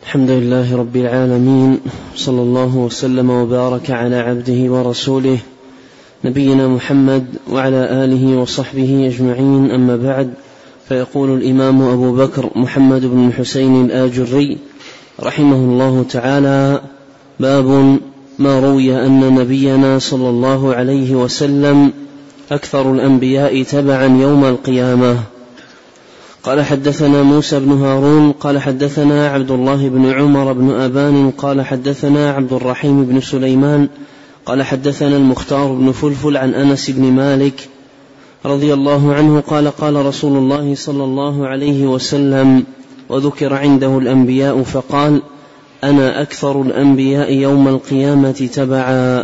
الحمد لله رب العالمين، صلى الله وسلم وبارك على عبده ورسوله نبينا محمد وعلى آله وصحبه أجمعين. أما بعد، فيقول الإمام أبو بكر محمد بن الحسين الآجري رحمه الله تعالى: باب ما روي أن نبينا صلى الله عليه وسلم أكثر الأنبياء تبعا يوم القيامة. قال: حدثنا موسى بن هارون قال حدثنا عبد الله بن عمر بن أبان قال حدثنا عبد الرحيم بن سليمان قال حدثنا المختار بن فلفل عن أنس بن مالك رضي الله عنه قال: قال رسول الله صلى الله عليه وسلم، وذكر عنده الأنبياء فقال: أنا أكثر الأنبياء يوم القيامة تبعا.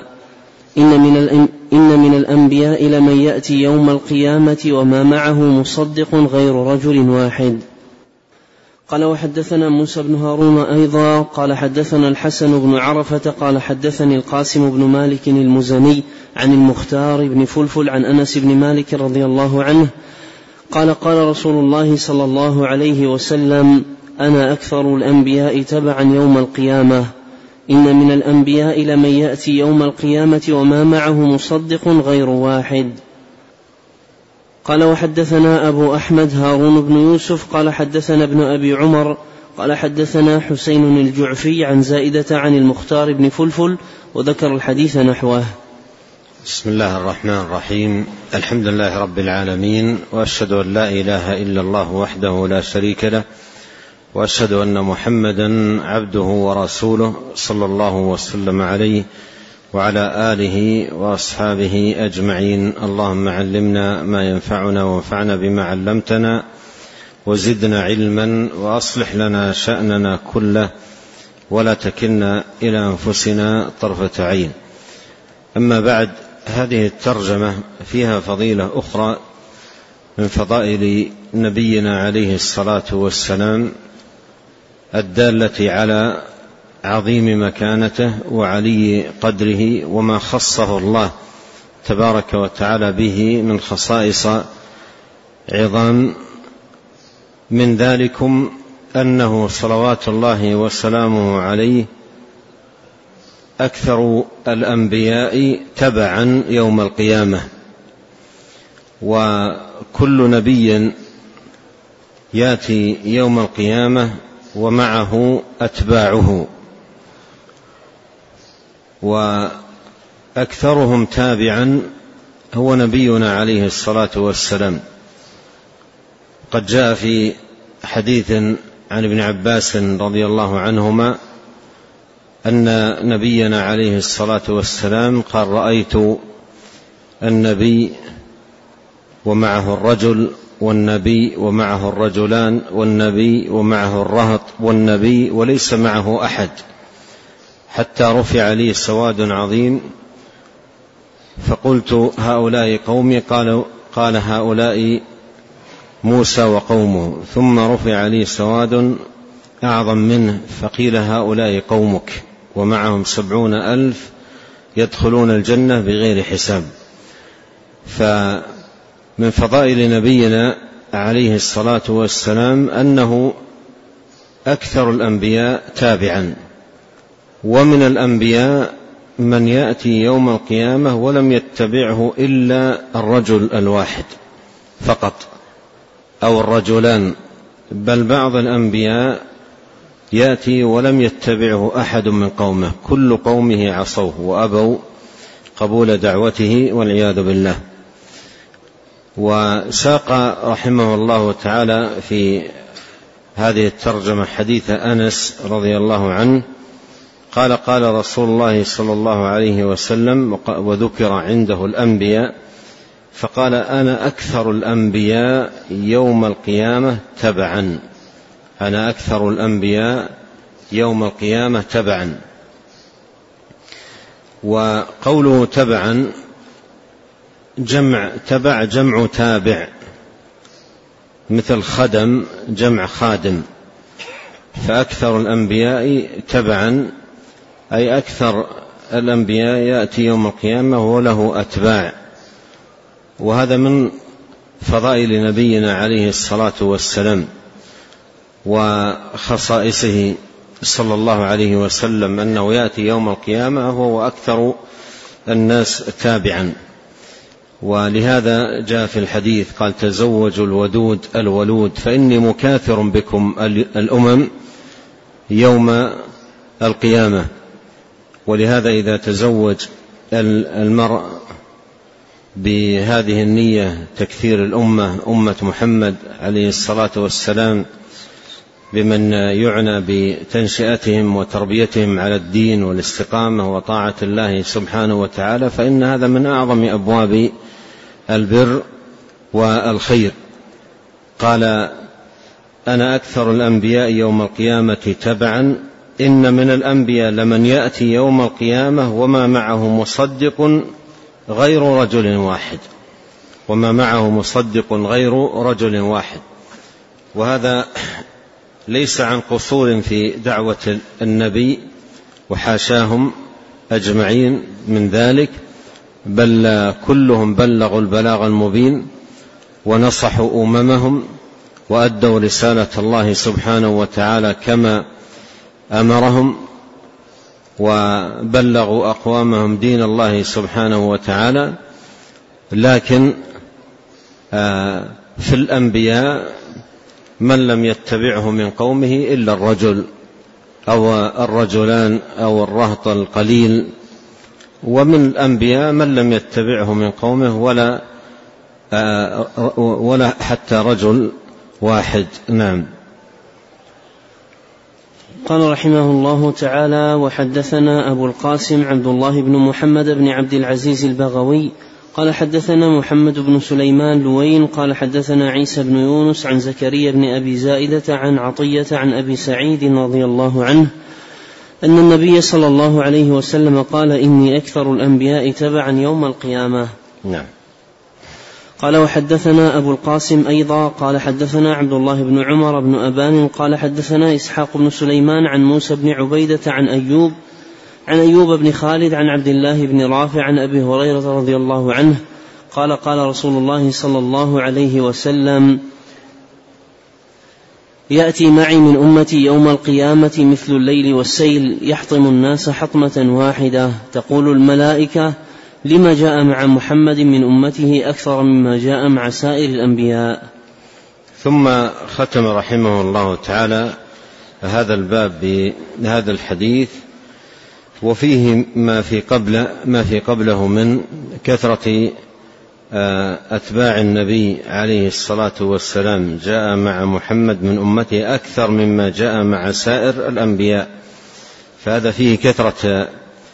إن من الأنبياء لمن يأتي يوم القيامة وما معه مصدق غير رجل واحد. قال: وحدثنا موسى بن هارون أيضا قال حدثنا الحسن بن عرفة قال حدثني القاسم بن مالك المزني عن المختار بن فلفل عن أنس بن مالك رضي الله عنه قال: قال رسول الله صلى الله عليه وسلم: أنا أكثر الأنبياء تبعا يوم القيامة. إن من الأنبياء لمن يأتي يوم القيامة وما معه مصدق غير واحد. قال: وحدثنا أبو أحمد هارون بن يوسف قال حدثنا ابن أبي عمر قال حدثنا حسين الجعفي عن زائدة عن المختار بن فلفل وذكر الحديث نحوه. بسم الله الرحمن الرحيم. الحمد لله رب العالمين، وأشهد أن لا إله إلا الله وحده لا شريك له، وأشهد أن محمدا عبده ورسوله صلى الله وسلم عليه وعلى آله وأصحابه أجمعين. اللهم علمنا ما ينفعنا وانفعنا بما علمتنا وزدنا علما، وأصلح لنا شأننا كله ولا تكلنا إلى أنفسنا طرفة عين. أما بعد، هذه الترجمة فيها فضيلة أخرى من فضائل نبينا عليه الصلاة والسلام الدالة على عظيم مكانته وعلي قدره، وما خصه الله تبارك وتعالى به من خصائص عظام. من ذلكم أنه صلوات الله وسلامه عليه أكثر الأنبياء تبعا يوم القيامة، وكل نبي يأتي يوم القيامة ومعه أتباعه، وأكثرهم تابعا هو نبينا عليه الصلاة والسلام. قد جاء في حديث عن ابن عباس رضي الله عنهما أن نبينا عليه الصلاة والسلام قال: رأيت النبي ومعه الرجل، والنبي ومعه الرجلان، والنبي ومعه الرهط، والنبي وليس معه أحد، حتى رفع لي سواد عظيم فقلت: هؤلاء قومي؟ قال: هؤلاء موسى وقومه. ثم رفع لي سواد أعظم منه فقيل: هؤلاء قومك، ومعهم 70,000 يدخلون الجنة بغير حساب. فمن فضائل نبينا عليه الصلاة والسلام أنه أكثر الأنبياء تابعا. ومن الأنبياء من يأتي يوم القيامة ولم يتبعه إلا الرجل الواحد فقط أو الرجلان، بل بعض الأنبياء يأتي ولم يتبعه أحد من قومه، كل قومه عصوه وأبوا قبول دعوته والعياذ بالله. وساق رحمه الله تعالى في هذه الترجمة حديث أنس رضي الله عنه قال: قال رسول الله صلى الله عليه وسلم، وذكر عنده الأنبياء فقال: أنا أكثر الأنبياء يوم القيامة تبعا. أنا أكثر الأنبياء يوم القيامة تبعا. وقوله تبعا تبع جمع تابع، مثل خدم جمع خادم. فأكثر الأنبياء تبعا أي أكثر الأنبياء يأتي يوم القيامة وله أتباع. وهذا من فضائل نبينا عليه الصلاة والسلام وخصائصه، صلى الله عليه وسلم أنه يأتي يوم القيامة هو أكثر الناس تابعا، ولهذا جاء في الحديث قال تزوجوا الودود الولود فإني مكاثر بكم الأمم يوم القيامة. ولهذا إذا تزوج المرء بهذه النية تكثير الأمة أمة محمد عليه الصلاة والسلام بمن يعنى بتنشئتهم وتربيتهم على الدين والاستقامة وطاعة الله سبحانه وتعالى، فإن هذا من أعظم أبواب البر والخير. قال أنا أكثر الأنبياء يوم القيامة تبعا، إن من الأنبياء لمن يأتي يوم القيامة وما معه مصدق غير رجل واحد، وما معه مصدق غير رجل واحد. وهذا ليس عن قصور في دعوة النبي وحاشاهم أجمعين من ذلك، بل كلهم بلغوا البلاغ المبين ونصحوا أممهم وأدوا رسالة الله سبحانه وتعالى كما أمرهم، وبلغوا أقوامهم دين الله سبحانه وتعالى. لكن في الأنبياء من لم يتبعه من قومه إلا الرجل أو الرجلان أو الرهط القليل، ومن الأنبياء من لم يتبعه من قومه ولا حتى رجل واحد. نعم. قال رحمه الله تعالى: وحدثنا أبو القاسم عبد الله بن محمد بن عبد العزيز البغوي قال حدثنا محمد بن سليمان لوين قال حدثنا عيسى بن يونس عن زكريا بن أبي زائدة عن عطية عن أبي سعيد رضي الله عنه أن النبي صلى الله عليه وسلم قال: إني أكثر الأنبياء تبعا يوم القيامة. نعم. قال وحدثنا أبو القاسم أيضا قال حدثنا عبد الله بن عمر بن أبان قال حدثنا إسحاق بن سليمان عن موسى بن عبيدة عن أيوب بن خالد عن عبد الله بن رافع عن أبي هريرة رضي الله عنه قال قال رسول الله صلى الله عليه وسلم: يأتي معي من أمتي يوم القيامة مثل الليل والسيل يحطم الناس حطمة واحدة، تقول الملائكة: لما جاء مع محمد من أمته أكثر مما جاء مع سائر الأنبياء. ثم ختم رحمه الله تعالى هذا الباب بهذا الحديث، وفيه ما في قبله من كثرة أتباع النبي عليه الصلاة والسلام جاء مع محمد من أمته أكثر مما جاء مع سائر الأنبياء، فهذا فيه كثرة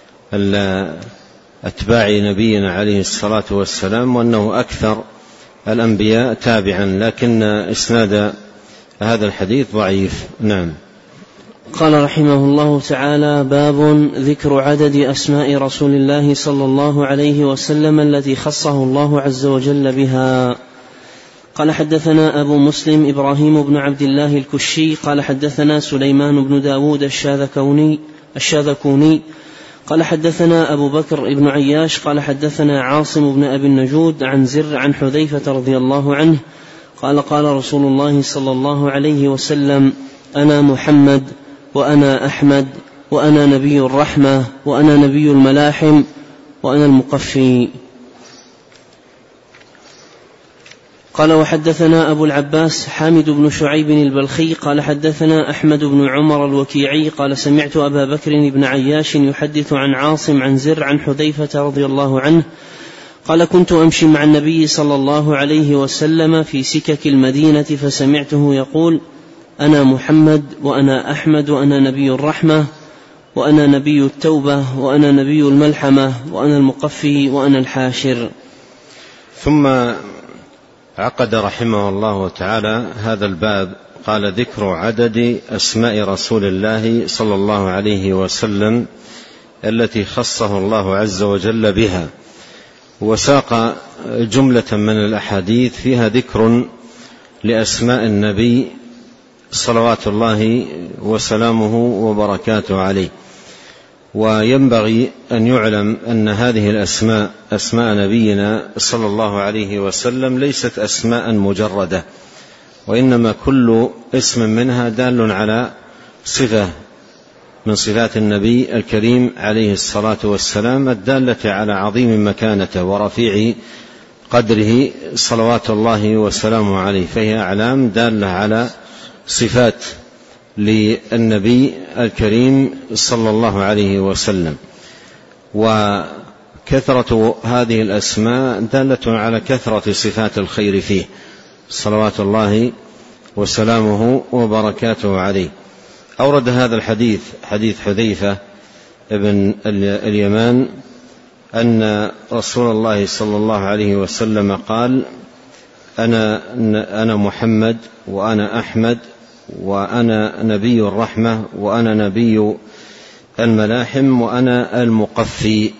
أتباع نبينا عليه الصلاة والسلام، وأنه أكثر الأنبياء تابعا، لكن إسناد هذا الحديث ضعيف. نعم. قال رحمه الله تعالى: باب ذكر عدد أسماء رسول الله صلى الله عليه وسلم التي خصه الله عز وجل بها. قال حدثنا أبو مسلم إبراهيم بن عبد الله الكشي قال حدثنا سليمان بن داود الشاذكوني قال حدثنا أبو بكر بن عياش قال حدثنا عاصم بن أبي النجود عن زر عن حذيفة رضي الله عنه قال قال رسول الله صلى الله عليه وسلم: أنا محمد وأنا أحمد وأنا نبي الرحمة وأنا نبي الملاحم وأنا المقفي. قال وحدثنا أبو العباس حامد بن شعيب البلخي قال حدثنا أحمد بن عمر الوكيعي قال سمعت أبا بكر بن عياش يحدث عن عاصم عن زر عن حذيفة رضي الله عنه قال: كنت أمشي مع النبي صلى الله عليه وسلم في سكك المدينة فسمعته يقول: أنا محمد وأنا أحمد وأنا نبي الرحمة وأنا نبي التوبة وأنا نبي الملحمة وأنا المقفي وأنا الحاشر. ثم عقد رحمه الله تعالى هذا الباب، قال: ذكر عدد أسماء رسول الله صلى الله عليه وسلم التي خصه الله عز وجل بها، وساق جملة من الأحاديث فيها ذكر لأسماء النبي صلوات الله وسلامه وبركاته عليه. وينبغي أن يعلم أن هذه الأسماء أسماء نبينا صلى الله عليه وسلم ليست أسماء مجردة، وإنما كل اسم منها دال على صفة من صفات النبي الكريم عليه الصلاة والسلام الدالة على عظيم مكانته ورفيع قدره صلوات الله وسلامه عليه، فهي أعلام دالة على صفات للنبي الكريم صلى الله عليه وسلم. وكثرة هذه الأسماء دالة على كثرة صفات الخير فيه صلوات الله وسلامه وبركاته عليه. أورد هذا الحديث حديث حذيفة ابن اليمان أن رسول الله صلى الله عليه وسلم قال: أنا محمد وأنا أحمد وأنا نبي الرحمة وأنا نبي الملاحم وأنا المقفي.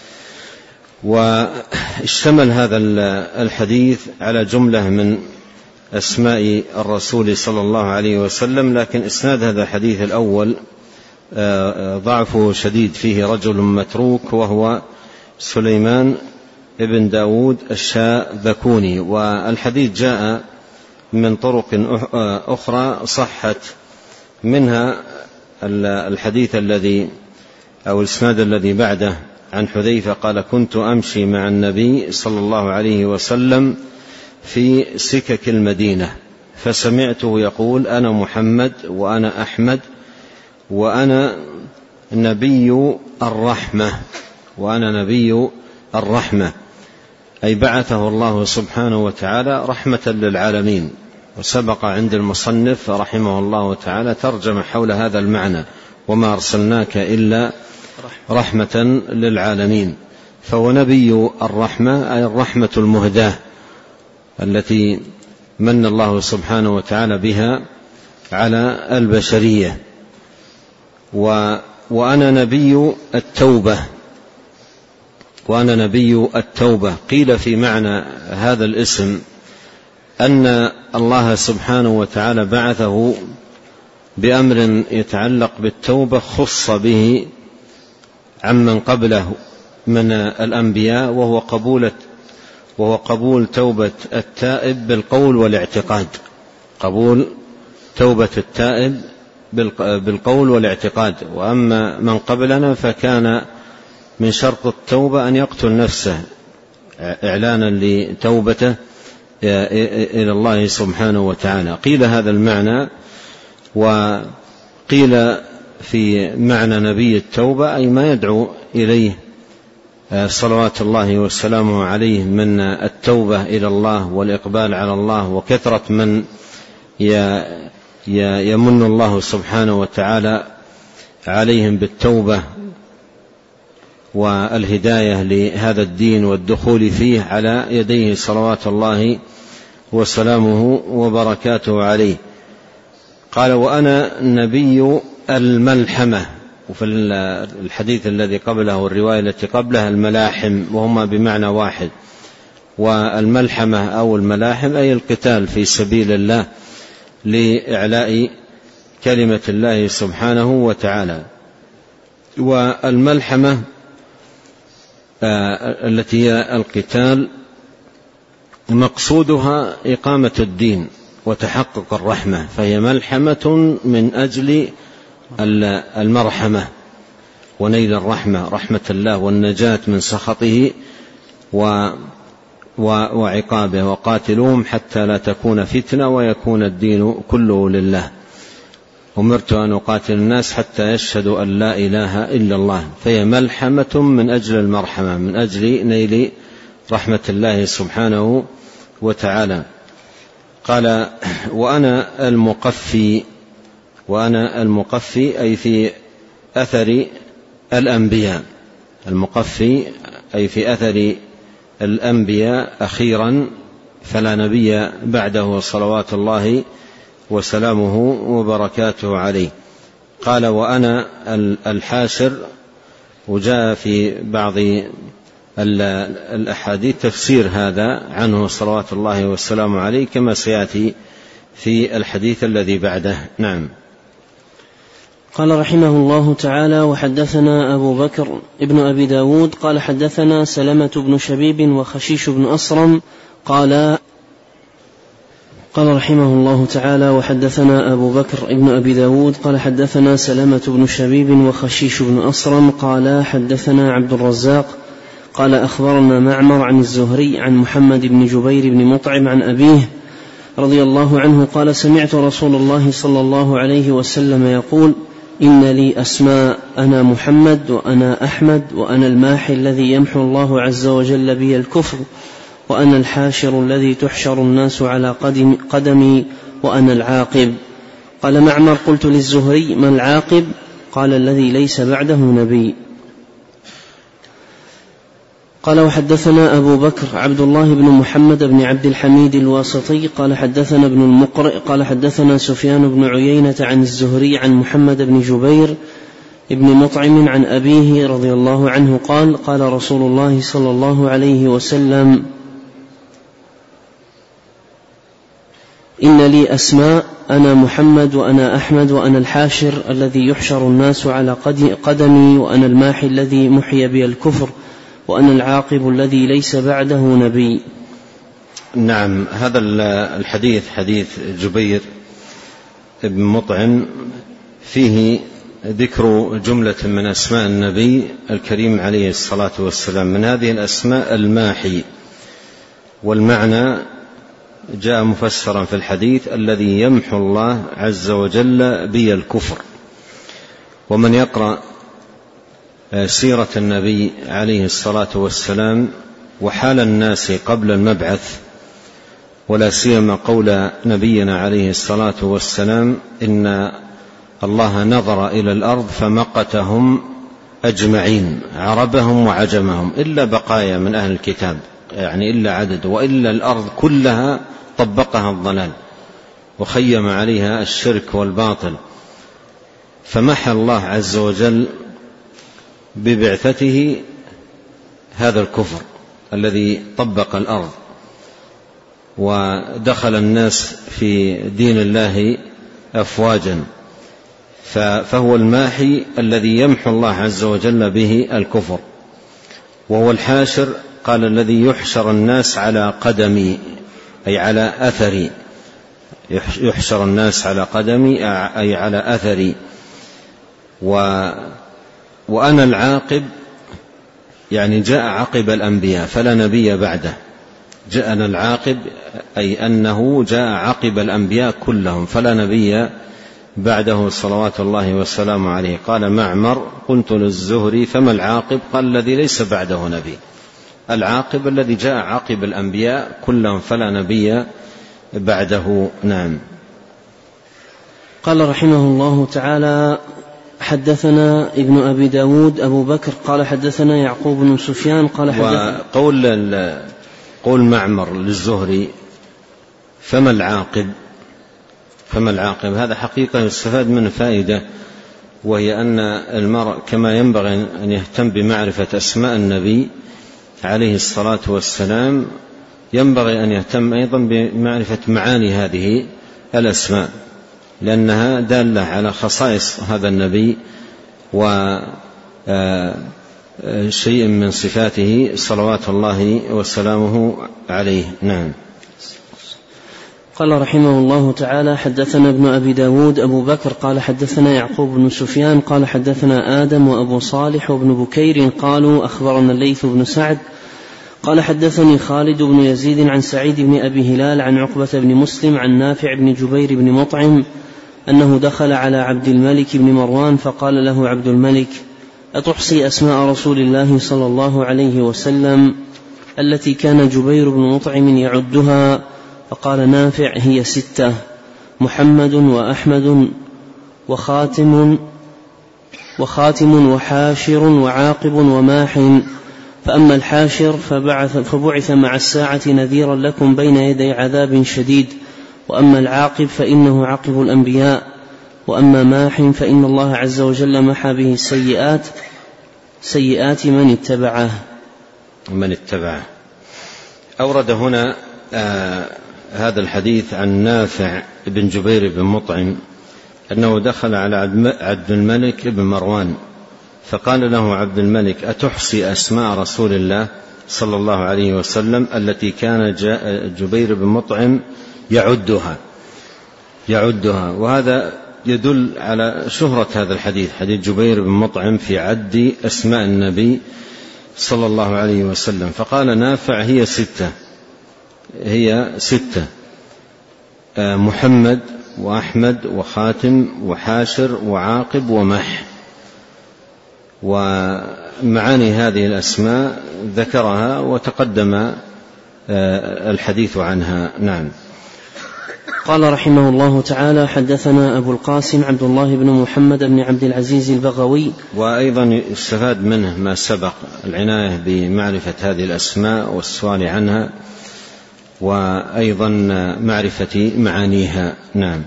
واشتمل هذا الحديث على جملة من أسماء الرسول صلى الله عليه وسلم، لكن إسناد هذا الحديث الأول ضعفه شديد، فيه رجل متروك وهو سليمان ابن داود الشاذكوني. والحديث جاء من طرق أخرى صحت منها الحديث الذي أو الإسناد الذي بعده عن حذيفة قال: كنت أمشي مع النبي صلى الله عليه وسلم في سكك المدينة فسمعته يقول: أنا محمد وأنا أحمد وأنا نبي الرحمة وأنا نبي الرحمة، أي بعثه الله سبحانه وتعالى رحمة للعالمين. وسبق عند المصنف رحمه الله تعالى ترجم حول هذا المعنى: وما أرسلناك إلا رحمة للعالمين. فهو نبي الرحمة، أي الرحمة المهداة التي من الله سبحانه وتعالى بها على البشرية. وأنا نبي التوبة وأنا نبي التوبة. قيل في معنى هذا الاسم أن الله سبحانه وتعالى بعثه بأمر يتعلق بالتوبة خص به عمن قبله من الأنبياء، وهو قبول توبة التائب بالقول والاعتقاد. قبول توبة التائب بالقول والاعتقاد. وأما من قبلنا فكان من شرط التوبة أن يقتل نفسه إعلانا لتوبته إلى الله سبحانه وتعالى. قيل هذا المعنى. وقيل في معنى نبي التوبة أي ما يدعو إليه صلوات الله وسلامه عليه من التوبة إلى الله والإقبال على الله، وكثرة من يمن الله سبحانه وتعالى عليهم بالتوبة والهداية لهذا الدين والدخول فيه على يديه صلوات الله وسلامه وبركاته عليه. قال: وأنا نبي الملحمة. وفي الحديث الذي قبله الرواية التي قبلها الملاحم، وهما بمعنى واحد. والملحمة أو الملاحم أي القتال في سبيل الله لإعلاء كلمة الله سبحانه وتعالى. والملحمة التي هي القتال مقصودها إقامة الدين وتحقق الرحمة، فهي ملحمة من أجل المرحمة ونيل الرحمة، رحمة الله والنجاة من سخطه وعقابه. وقاتلوهم حتى لا تكون فتنة ويكون الدين كله لله. أمرت أن أقاتل الناس حتى يشهدوا أن لا إله إلا الله. فهي ملحمة من أجل المرحمة، من أجل نيل رحمة الله سبحانه وتعالى. قال: وأنا المقفي. وأنا المقفي أي في أثر الأنبياء. المقفي أي في أثر الأنبياء أخيرا، فلا نبي بعده صلوات الله وسلامه وبركاته عليه. قال: وأنا الحاشر. وجاء في بعض الأحاديث تفسير هذا عنه صلوات الله والسلام عليه كما سيأتي في الحديث الذي بعده. نعم. قال رحمه الله تعالى: وحدثنا أبو بكر ابن أبي داود قال حدثنا سلمة بن شبيب وخشيش بن أصرم قال رحمه الله تعالى: وحدثنا أبو بكر ابن أبي داود قال حدثنا سلمة بن شبيب وخشيش بن أصرم قال حدثنا عبد الرزاق قال أخبرنا معمر عن الزهري عن محمد بن جبير بن مطعم عن أبيه رضي الله عنه قال: سمعت رسول الله صلى الله عليه وسلم يقول: إن لي أسماء، أنا محمد وأنا أحمد وأنا الماحي الذي يمحو الله عز وجل بي الكفر، وأنا الحاشر الذي تحشر الناس على قدمي، وأنا العاقب. قال معمر: قلت للزهري: ما العاقب؟ قال: الذي ليس بعده نبي. قال: وحدثنا أبو بكر عبد الله بن محمد بن عبد الحميد الواسطي قال حدثنا ابن المقرئ قال حدثنا سفيان بن عيينة عن الزهري عن محمد بن جبير ابن مطعم عن أبيه رضي الله عنه قال: قال رسول الله صلى الله عليه وسلم: إن لي أسماء، أنا محمد وأنا أحمد وأنا الحاشر الذي يحشر الناس على قدمي، وأنا الماحي الذي محي بي الكفر، وأنا العاقب الذي ليس بعده نبي. نعم، هذا الحديث حديث جبير بن مطعم فيه ذكر جملة من أسماء النبي الكريم عليه الصلاة والسلام. من هذه الأسماء الماحي، والمعنى جاء مفسرا في الحديث: الذي يمحو الله عز وجل بي الكفر. ومن يقرأ سيرة النبي عليه الصلاة والسلام وحال الناس قبل المبعث، ولا سيما قول نبينا عليه الصلاة والسلام: إن الله نظر إلى الأرض فمقتهم أجمعين، عربهم وعجمهم، إلا بقايا من أهل الكتاب، يعني إلا عدد، وإلا الأرض كلها طبقها الضلال وخيم عليها الشرك والباطل، فمحى الله عز وجل ببعثته هذا الكفر الذي طبق الأرض، ودخل الناس في دين الله أفواجا، فهو الماحي الذي يمحو الله عز وجل به الكفر. وهو الحاشر، قال: الذي يحشر الناس على قدمي، أي على أثري، يحشر الناس على قدمي أي على أثري. وأنا العاقب، يعني جاء عقب الأنبياء فلا نبي بعده. جاءنا العاقب أي أنه جاء عقب الأنبياء كلهم فلا نبي بعده صلوات الله والسلام عليه. قال معمر: قلت للزهري: فما العاقب؟ قال: الذي ليس بعده نبي. العاقب الذي جاء عقب الأنبياء كلهم فلا نبي بعده. نعم. قال رحمه الله تعالى: حدثنا ابن أبي داود أبو بكر قال حدثنا يعقوب بن سفيان قال حدثنا. قول معمر للزهري: فما العاقب؟ فما العاقب؟ هذا حقيقة يستفاد منه فائدة، وهي أن المرء كما ينبغي أن يهتم بمعرفة أسماء النبي عليه الصلاة والسلام، ينبغي أن يهتم أيضا بمعرفة معاني هذه الأسماء، لأنها دالة على خصائص هذا النبي وشيء من صفاته صلوات الله وسلامه عليه. نعم. قال رحمه الله تعالى: حدثنا ابن أبي داود أبو بكر قال حدثنا يعقوب بن سفيان قال حدثنا آدم وأبو صالح وابن بكير قالوا أخبرنا الليث بن سعد قال حدثني خالد بن يزيد عن سعيد بن أبي هلال عن عقبة بن مسلم عن نافع بن جبير بن مطعم أنه دخل على عبد الملك بن مروان فقال له عبد الملك: أتحصي أسماء رسول الله صلى الله عليه وسلم التي كان جبير بن مطعم يعدها؟ فقال نافع: هي 6: محمد وأحمد وخاتم وحاشر وعاقب وماح. فأما الحاشر فبعث مع الساعة نذيرا لكم بين يدي عذاب شديد، وأما العاقب فإنه عاقب الأنبياء، وأما ماح فإن الله عز وجل محى به سيئات من اتبعه. أورد هنا هذا الحديث عن نافع بن جبير بن مطعم أنه دخل على عبد الملك بن مروان فقال له عبد الملك: أتحصي أسماء رسول الله صلى الله عليه وسلم التي كان جبير بن مطعم يعدها. وهذا يدل على شهرة هذا الحديث، حديث جبير بن مطعم في عد أسماء النبي صلى الله عليه وسلم. فقال نافع هي ستة: محمد وأحمد وخاتم وحاشر وعاقب ومح. ومعاني هذه الأسماء ذكرها وتقدم الحديث عنها. نعم. قال رحمه الله تعالى: حدثنا أبو القاسم عبد الله بن محمد بن عبد العزيز البغوي. وأيضا يستفاد منه ما سبق، العناية بمعرفة هذه الأسماء والسؤال عنها، وأيضا معرفة معانيها. نعم.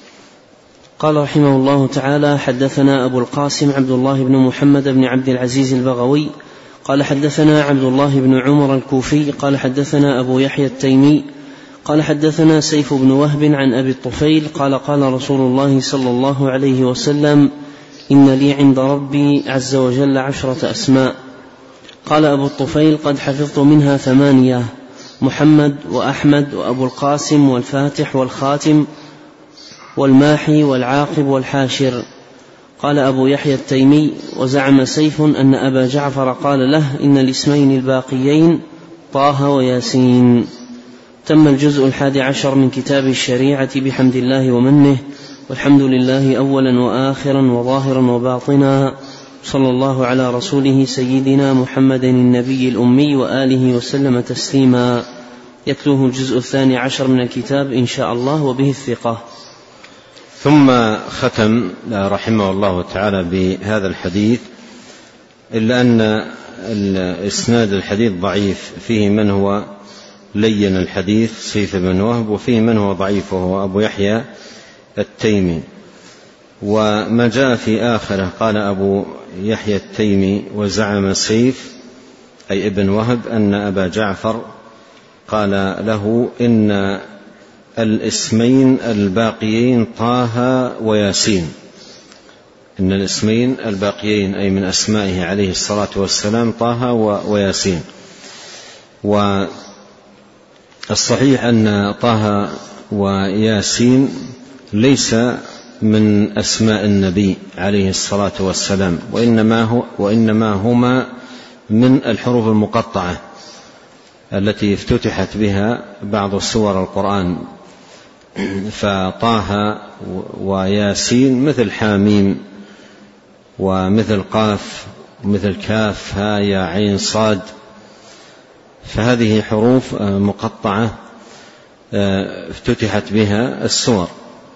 قال رحمه الله تعالى: حدثنا أبو القاسم عبد الله بن محمد بن عبد العزيز البغوي قال حدثنا عبد الله بن عمر الكوفي قال حدثنا أبو يحيى التيمي قال حدثنا سيف بن وهب عن أبي الطفيل قال قال رسول الله صلى الله عليه وسلم: إن لي عند ربي عز وجل 10 أسماء. قال أبو الطفيل: قد حفظت منها 8: محمد وأحمد وأبو القاسم والفاتح والخاتم والماحي والعاقب والحاشر. قال أبو يحيى التيمي: وزعم سيف أن أبا جعفر قال له: إن الاسمين الباقيين طه وياسين. تم الجزء 11 من كتاب الشريعة بحمد الله ومنه، والحمد لله أولا وآخرا وظاهرا وباطنا، صلى الله على رسوله سيدنا محمد النبي الأمي وآله وسلم تسليما. يتلوه الجزء 12 من الكتاب إن شاء الله، وبه الثقة. ثم ختم رحمه الله تعالى بهذا الحديث، إلا أن إسناد الحديث ضعيف، فيه من هو لين الحديث سيف بن وهب، وفيه من هو ضعيف وهو أبو يحيى التيمي. وما جاء في آخره قال أبو يحيى التيمي: وزعم سيف أي ابن وهب أن أبا جعفر قال له: إن الاسمين الباقيين طه وياسين. إن الاسمين الباقيين أي من أسمائه عليه الصلاة والسلام طه وياسين. والصحيح أن طه وياسين ليس من أسماء النبي عليه الصلاة والسلام، وإنما هما من الحروف المقطعة التي افتتحت بها بعض سور القرآن. فطه وياسين مثل حاميم ومثل قاف ومثل كاف ها يا عين صاد، فهذه حروف مقطعة افتتحت بها السور.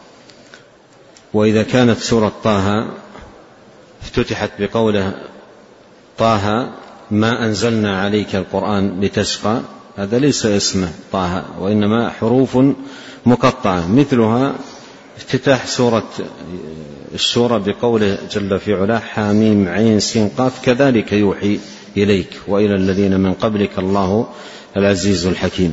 وإذا كانت سورة طه افتتحت بقوله: طه ما أنزلنا عليك القرآن لتشقى، هذا ليس اسمه طه، وإنما حروف مقطعة. مثلها افتتاح سورة الشورى بقوله جل في علاه: حاميم عين سين قاف، كذلك يوحي إليك وإلى الذين من قبلك الله العزيز الحكيم.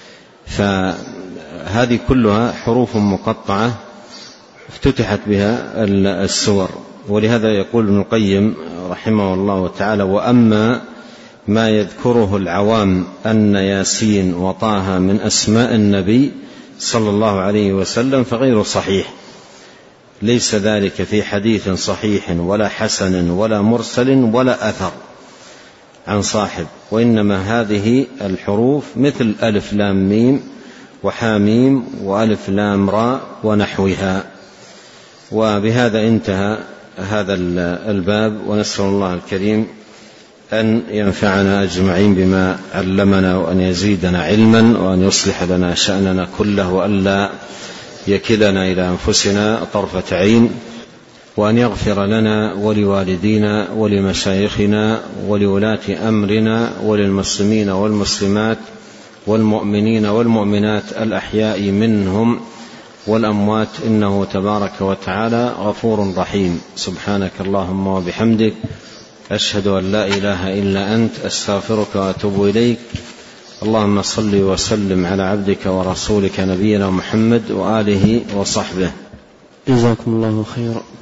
فهذه كلها حروف مقطعة افتتحت بها السور. ولهذا يقول ابن القيم رحمه الله تعالى: وأما ما يذكره العوام أن ياسين وطه من أسماء النبي صلى الله عليه وسلم فغير صحيح، ليس ذلك في حديث صحيح ولا حسن ولا مرسل ولا أثر عن صاحب، وإنما هذه الحروف مثل ألف لام ميم وحاميم وألف لام راء ونحوها. وبهذا انتهى هذا الباب، ونسأل الله الكريم أن ينفعنا أجمعين بما علمنا، وأن يزيدنا علما، وأن يصلح لنا شأننا كله، وأن لا يكلنا إلى أنفسنا طرفة عين، وأن يغفر لنا ولوالدينا ولمشايخنا ولولاة أمرنا وللمسلمين والمسلمات والمؤمنين والمؤمنات الأحياء منهم والأموات، إنه تبارك وتعالى غفور رحيم. سبحانك اللهم وبحمدك، أشهد أن لا إله إلا أنت، أستغفرك وأتوب إليك. اللهم صل وسلم على عبدك ورسولك نبينا محمد وآله وصحبه. جزاكم الله خيرا.